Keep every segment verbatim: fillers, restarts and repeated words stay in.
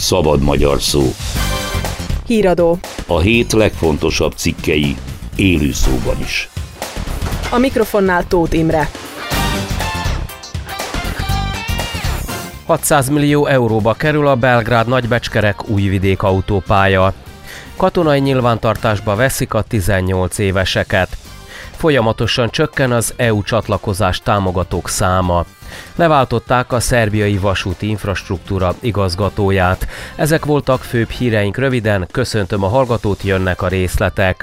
Szabad magyar szó. Híradó. A hét legfontosabb cikkei élő szóban is. A mikrofonnál Tóth Imre. hatszáz millió euróba kerül a Belgrád-Nagybecskerek Újvidék autópálya. Katonai nyilvántartásba veszik a tizennyolc éveseket. Folyamatosan csökken az é u csatlakozás támogatók száma. Leváltották a szerbiai vasúti infrastruktúra igazgatóját. Ezek voltak főbb híreink röviden, köszöntöm a hallgatót, jönnek a részletek.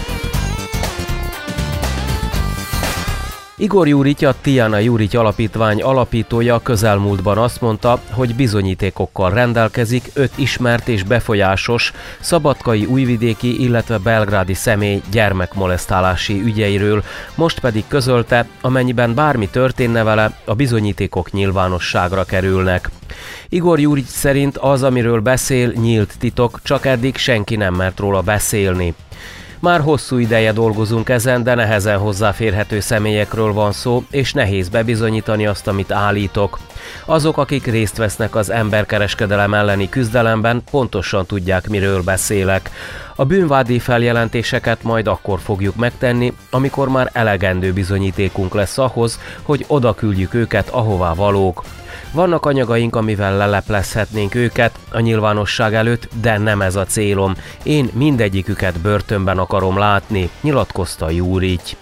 Igor Juric, a Tijana Juric Alapítvány alapítója közelmúltban azt mondta, hogy bizonyítékokkal rendelkezik öt ismert és befolyásos szabadkai, újvidéki, illetve belgrádi személy gyermekmolesztálási ügyeiről, most pedig közölte, amennyiben bármi történne vele, a bizonyítékok nyilvánosságra kerülnek. Igor Juric szerint az, amiről beszél, nyílt titok, csak eddig senki nem mert róla beszélni. Már hosszú ideje dolgozunk ezen, de nehezen hozzáférhető személyekről van szó, és nehéz bebizonyítani azt, amit állítok. Azok, akik részt vesznek az emberkereskedelem elleni küzdelemben, pontosan tudják, miről beszélek. A bűnvádi feljelentéseket majd akkor fogjuk megtenni, amikor már elegendő bizonyítékunk lesz ahhoz, hogy oda küldjük őket, ahová valók. Vannak anyagaink, amivel leleplezhetnénk őket a nyilvánosság előtt, de nem ez a célom. Én mindegyiküket börtönben akarom látni, nyilatkozta Juric.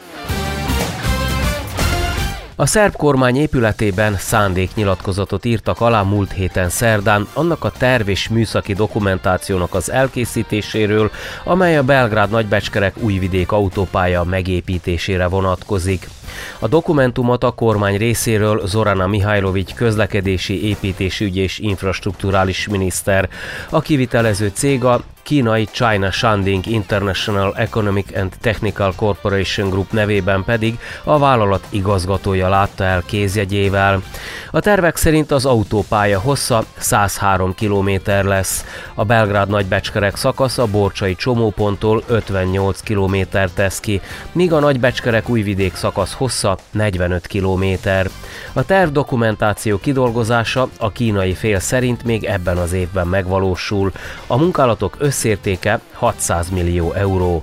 A szerb kormány épületében szándéknyilatkozatot írtak alá múlt héten szerdán annak a terv és műszaki dokumentációnak az elkészítéséről, amely a Belgrád-Nagybecskerek Újvidék autópálya megépítésére vonatkozik. A dokumentumot a kormány részéről Zorana Mihajlovics közlekedési, építésügy és infrastrukturális miniszter, a kivitelező cég a kínai China Shanding International Economic and Technical Corporation Group nevében pedig a vállalat igazgatója látta el kézjegyével. A tervek szerint az autópálya hossza száz három kilométer lesz. A Belgrád-Nagybecskerek szakasz a borcsai csomóponttól ötvennyolc kilométer tesz ki, míg a Nagybecskerek Újvidék szakasz hossza negyvenöt kilométer. A terv dokumentáció kidolgozása a kínai fél szerint még ebben az évben megvalósul. A munkálatok összértéke hatszáz millió euró.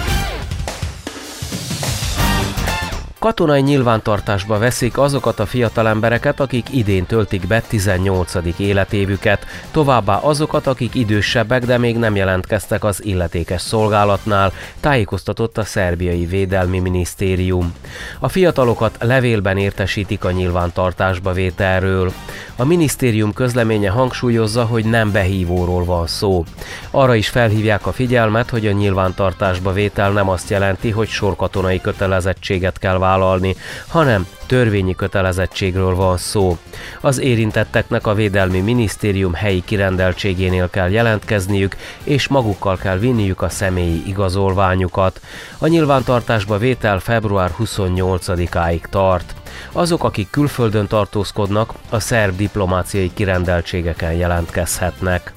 Katonai nyilvántartásba veszik azokat a fiatalembereket, akik idén töltik be tizennyolcadik életévüket, továbbá azokat, akik idősebbek, de még nem jelentkeztek az illetékes szolgálatnál, tájékoztatott a szerbiai védelmi minisztérium. A fiatalokat levélben értesítik a nyilvántartásba vételről. A minisztérium közleménye hangsúlyozza, hogy nem behívóról van szó. Arra is felhívják a figyelmet, hogy a nyilvántartásba vétel nem azt jelenti, hogy sorkatonai kötelezettséget kell vállalni, hanem törvényi kötelezettségről van szó. Az érintetteknek a Védelmi Minisztérium helyi kirendeltségénél kell jelentkezniük, és magukkal kell vinniük a személyi igazolványukat. A nyilvántartásba vétel február huszonnyolcadikáig tart. Azok, akik külföldön tartózkodnak, a szerb diplomáciai kirendeltségeken jelentkezhetnek.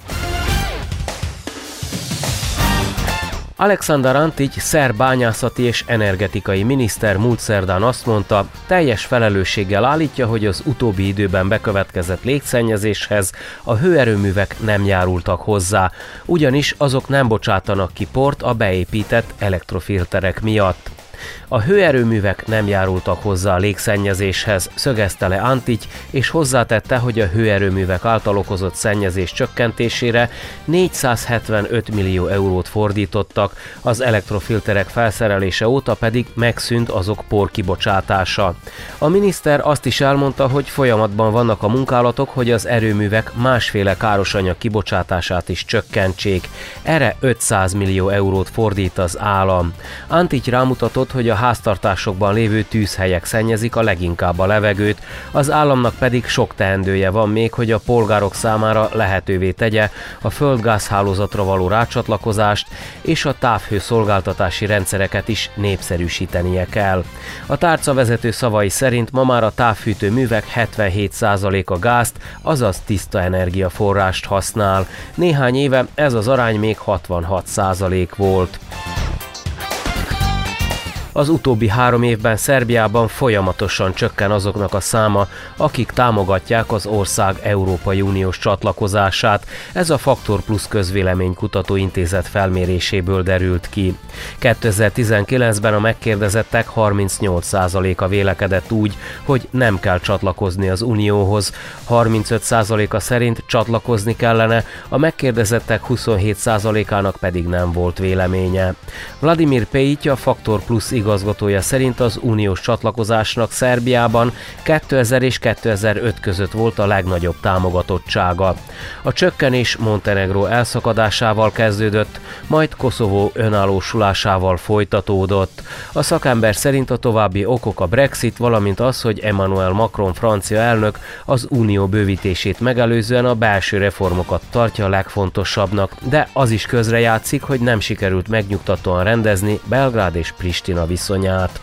Aleksandar Antić, szerb bányászati és energetikai miniszter múlt szerdán azt mondta, teljes felelősséggel állítja, hogy az utóbbi időben bekövetkezett légszennyezéshez a hőerőművek nem járultak hozzá, ugyanis azok nem bocsátanak ki port a beépített elektrofilterek miatt. A hőerőművek nem járultak hozzá a légszennyezéshez, szögezte le Antić, és hozzátette, hogy a hőerőművek által okozott szennyezés csökkentésére négyszázhetvenöt millió eurót fordítottak, az elektrofilterek felszerelése óta pedig megszűnt azok porkibocsátása. A miniszter azt is elmondta, hogy folyamatban vannak a munkálatok, hogy az erőművek másféle károsanyag kibocsátását is csökkentsék. Erre ötszáz millió eurót fordít az állam. Antić rámutatott, hogy a háztartásokban lévő tűzhelyek szennyezik a leginkább a levegőt, az államnak pedig sok teendője van még, hogy a polgárok számára lehetővé tegye a földgázhálózatra való rácsatlakozást, és a távhőszolgáltatási rendszereket is népszerűsítenie kell. A tárcavezető szavai szerint ma már a távfűtőművek hetvenhét százaléka gázt, azaz tiszta energiaforrást használ. Néhány éve ez az arány még hatvanhat százalék volt. Az utóbbi három évben Szerbiában folyamatosan csökken azoknak a száma, akik támogatják az ország Európai Uniós csatlakozását. Ez a Faktor Plus közvéleménykutató intézet felméréséből derült ki. kétezer-tizenkilencben a megkérdezettek harmincnyolc százaléka vélekedett úgy, hogy nem kell csatlakozni az Unióhoz, harmincöt százaléka szerint csatlakozni kellene, a megkérdezettek huszonhét százalékának pedig nem volt véleménye. Vladimir Pejic, a Faktor Plus igazgatója szerint az uniós csatlakozásnak Szerbiában kétezer és kétezer-öt között volt a legnagyobb támogatottsága. A csökkenés Montenegró elszakadásával kezdődött, majd Koszovó önállósulásával folytatódott. A szakember szerint a további okok a Brexit, valamint az, hogy Emmanuel Macron francia elnök az unió bővítését megelőzően a belső reformokat tartja a legfontosabbnak, de az is közrejátszik, hogy nem sikerült megnyugtatóan rendezni Belgrád és Pristina viszonyát.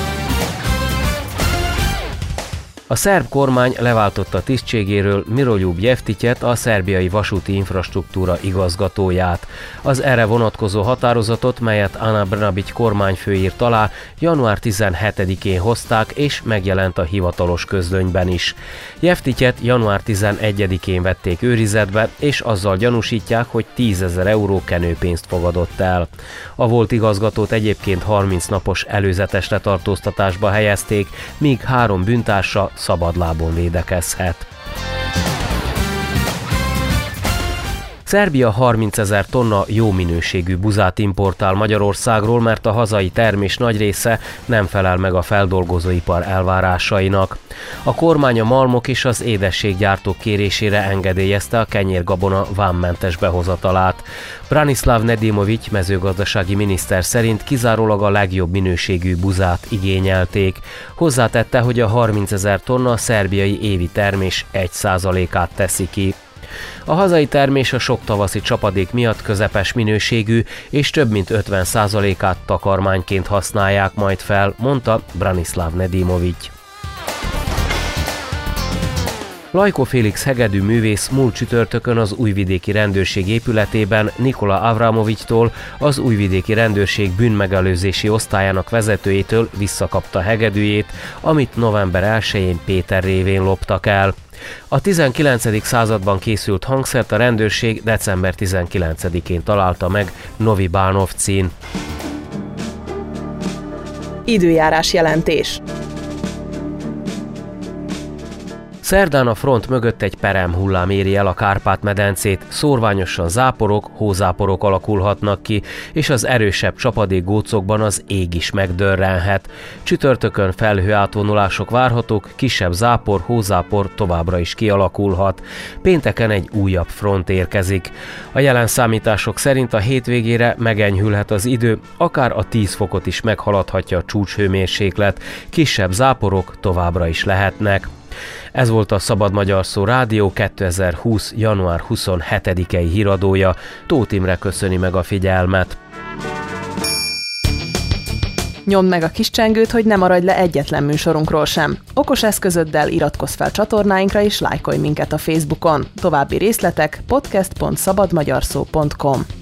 A szerb kormány leváltotta tisztségéről Miroljub Jeftićet, a szerbiai vasúti infrastruktúra igazgatóját. Az erre vonatkozó határozatot, melyet Ana Brnabić kormányfő írt alá, január tizenhetedikén hozták, és megjelent a hivatalos közlönyben is. Jeftićet január tizenegyedikén vették őrizetbe, és azzal gyanúsítják, hogy tízezer euró kenőpénzt fogadott el. A volt igazgatót egyébként harminc napos előzetes letartóztatásba helyezték, míg három bűntársa szabadlábon védekezhet. Szerbia harmincezer tonna jó minőségű buzát importál Magyarországról, mert a hazai termés nagy része nem felel meg a feldolgozóipar elvárásainak. A kormány a malmok és az édességgyártók kérésére engedélyezte a kenyérgabona vámmentes behozatalát. Branislav Nedimović mezőgazdasági miniszter szerint kizárólag a legjobb minőségű buzát igényelték. Hozzátette, hogy a harmincezer tonna a szerbiai évi termés egy százalékát teszi ki. A hazai termés a sok tavaszi csapadék miatt közepes minőségű, és több mint ötven százalékát takarmányként használják majd fel, mondta Branislav Nedimović. Lajko Félix hegedű művész múlt csütörtökön az újvidéki rendőrség épületében Nikola Avramovićtól, az újvidéki rendőrség bűnmegelőzési osztályának vezetőjétől visszakapta hegedűjét, amit november elsején Péter révén loptak el. A tizenkilencedik században készült hangszert a rendőrség december tizenkilencedikén találta meg Novi Banovcin. Időjárás jelentés. Szerdán a front mögött egy peremhullám éri el a Kárpát-medencét, szórványosan záporok, hózáporok alakulhatnak ki, és az erősebb csapadékgócokban az ég is megdörrenhet. Csütörtökön felhőátvonulások várhatók, kisebb zápor, hózápor továbbra is kialakulhat. Pénteken egy újabb front érkezik. A jelen számítások szerint a hétvégére megenyhülhet az idő, akár a tíz fokot is meghaladhatja a csúcshőmérséklet, kisebb záporok továbbra is lehetnek. Ez volt a Szabad Magyar Szó Rádió kétezer-húsz. január huszonhetedikei híradója. Tóth Imre köszöni meg a figyelmet. Nyomd meg a kis csengőt, hogy ne maradj le egyetlen műsorunkról sem. Okos eszközöddel iratkozz fel csatornáinkra és lájkolj minket a Facebookon. További részletek podcast pont szabadmagyarszó pont com.